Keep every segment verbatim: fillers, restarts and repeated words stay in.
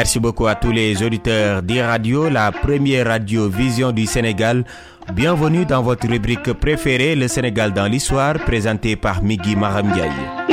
Merci beaucoup à tous les auditeurs d'e-radio, la première radio vision du Sénégal. Bienvenue dans votre rubrique préférée, le Sénégal dans l'histoire, présentée par Migui Maram Ndiaye.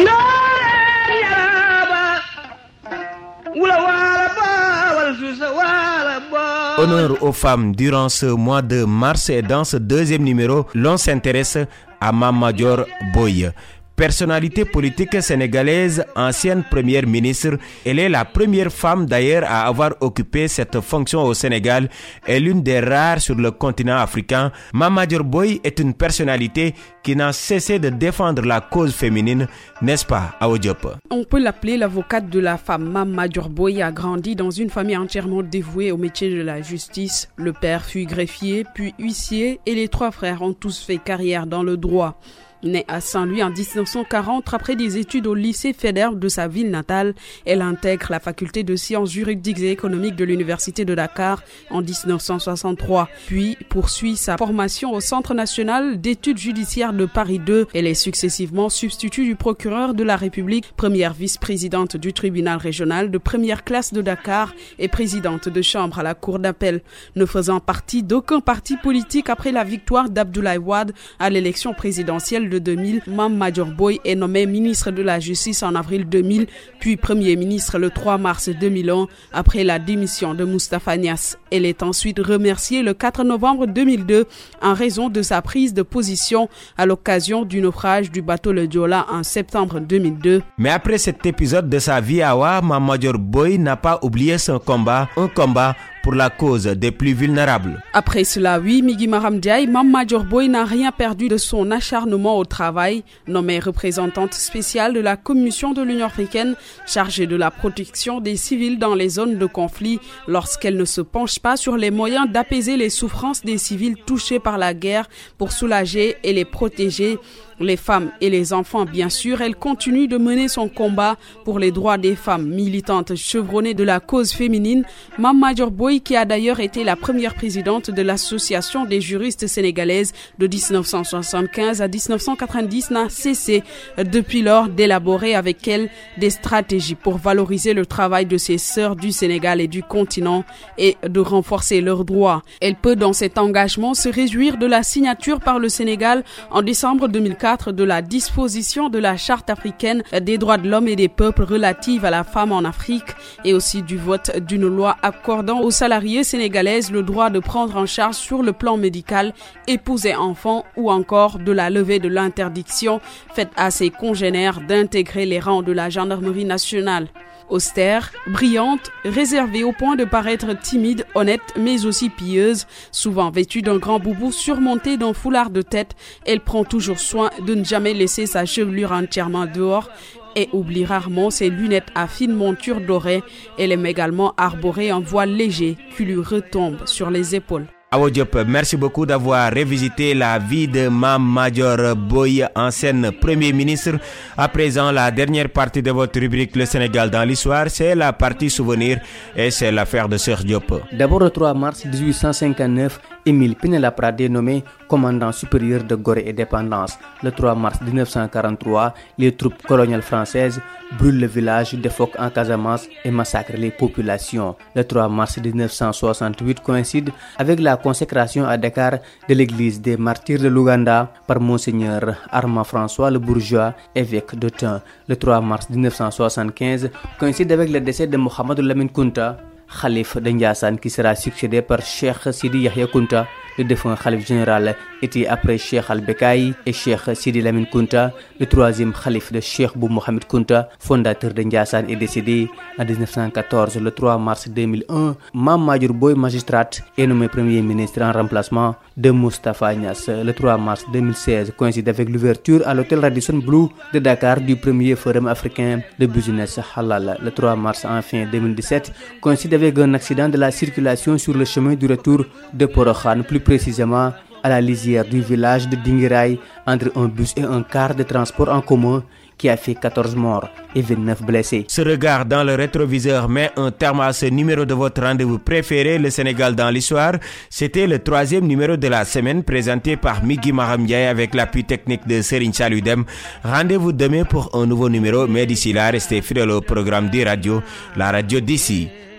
Honneur aux femmes durant ce mois de mars et dans ce deuxième numéro, l'on s'intéresse à Mame Madior Boye. Personnalité politique sénégalaise, ancienne première ministre, elle est la première femme d'ailleurs à avoir occupé cette fonction au Sénégal et l'une des rares sur le continent africain. Mame Madior Boye est une personnalité qui n'a cessé de défendre la cause féminine, n'est-ce pas, Awa Diop? On peut l'appeler l'avocate de la femme. Mame Madior Boye a grandi dans une famille entièrement dévouée au métier de la justice. Le père fut greffier, puis huissier et les trois frères ont tous fait carrière dans le droit. Née à Saint-Louis en dix-neuf cent quarante, après des études au lycée Faidherbe de sa ville natale, elle intègre la faculté de sciences juridiques et économiques de l'université de Dakar en dix-neuf cent soixante-trois. Puis poursuit sa formation au Centre national d'études judiciaires de Paris deux. Elle est successivement substitut du procureur de la République, première vice-présidente du tribunal régional de première classe de Dakar et présidente de chambre à la cour d'appel. Ne faisant partie d'aucun parti politique après la victoire d'Abdoulaye Wade à l'élection présidentielle de deux mille, Mame Madior Boye est nommée ministre de la Justice en avril deux mille, puis Premier ministre le trois mars deux mille un, après la démission de Moustapha Niasse. Elle est ensuite remerciée le quatre novembre deux mille deux en raison de sa prise de position à l'occasion du naufrage du bateau le Joola en septembre deux mille deux. Mais après cet épisode de sa vie, Awa, Mame Madior Boye n'a pas oublié son combat, un combat pour la cause des plus vulnérables. Après cela, oui, Migui Maram Ndiaye, Mame Madior Boye n'a rien perdu de son acharnement au travail. Nommée représentante spéciale de la Commission de l'Union africaine chargée de la protection des civils dans les zones de conflit, lorsqu'elle ne se penche pas sur les moyens d'apaiser les souffrances des civils touchés par la guerre pour soulager et les protéger, les femmes et les enfants, bien sûr, elle continue de mener son combat pour les droits des femmes. Militante chevronnée de la cause féminine, Mame Madior Boye, qui a d'ailleurs été la première présidente de l'Association des juristes sénégalaises de dix-neuf cent soixante-quinze à dix-neuf cent quatre-vingt-dix, n'a cessé depuis lors d'élaborer avec elle des stratégies pour valoriser le travail de ses sœurs du Sénégal et du continent et de renforcer leurs droits. Elle peut dans cet engagement se réjouir de la signature par le Sénégal en décembre deux mille quatre de la disposition de la Charte africaine des droits de l'homme et des peuples relative à la femme en Afrique et aussi du vote d'une loi accordant aux salariés sénégalaises le droit de prendre en charge sur le plan médical, épouser enfants ou encore de la levée de l'interdiction faite à ses congénères d'intégrer les rangs de la gendarmerie nationale. Austère, brillante, réservée au point de paraître timide, honnête, mais aussi pieuse, souvent vêtue d'un grand boubou surmonté d'un foulard de tête, elle prend toujours soin de ne jamais laisser sa chevelure entièrement dehors et oublie rarement ses lunettes à fine monture dorée. Elle aime également arborer un voile léger qui lui retombe sur les épaules. Awa Diop, merci beaucoup d'avoir révisité la vie de Mame Madior Boye, ancienne Premier ministre. À présent, la dernière partie de votre rubrique Le Sénégal dans l'histoire, c'est la partie souvenir et c'est l'affaire de Sœur Diop. D'abord, le trois mars dix-huit cent cinquante-neuf, Émile Pinet-Laprade est nommé commandant supérieur de Gorée et Dépendance. Le trois mars dix-neuf cent quarante-trois, les troupes coloniales françaises brûlent le village de Fok en Casamance et massacrent les populations. Le trois mars dix-neuf cent soixante-huit coïncide avec la consécration à Dakar de l'église des martyrs de l'Ouganda par Monseigneur Armand François le Bourgeois, évêque de Tain. Le trois mars dix-neuf cent soixante-quinze coïncide avec le décès de Mohamed Lamine Kounta, Khalif de Ndiassane, qui sera succédé par Cheikh Sidi Yahya Kounta. Le défunt Khalif général était après Cheikh Al-Bekaï et Cheikh Sidi Lamine Kounta. Le troisième Khalif de Cheikh Bou Mohamed Kounta, fondateur de Ndiassane, est décédé en dix-neuf cent quatorze. Le trois mars deux mille un, Mame Madior Boye, magistrate, est nommé Premier ministre en remplacement de Moustapha Niasse. Le trois mars deux mille seize coïncide avec l'ouverture à l'hôtel Radisson Blu de Dakar du premier forum africain de business halal. Le trois mars enfin deux mille dix-sept coïncide avec un accident de la circulation sur le chemin du retour de Porokhane, plus précisément à la lisière du village de Dinguiraye, entre un bus et un car de transport en commun qui a fait quatorze morts et vingt-neuf blessés. Ce regard dans le rétroviseur met un terme à ce numéro de votre rendez-vous préféré, le Sénégal dans l'histoire. C'était le troisième numéro de la semaine présenté par Migui Maram Ndiaye avec l'appui technique de Serigne Saliou Dème. Rendez-vous demain pour un nouveau numéro, mais d'ici là, restez fidèles au programme des radios, la radio d'ici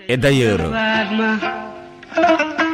Et d'ailleurs...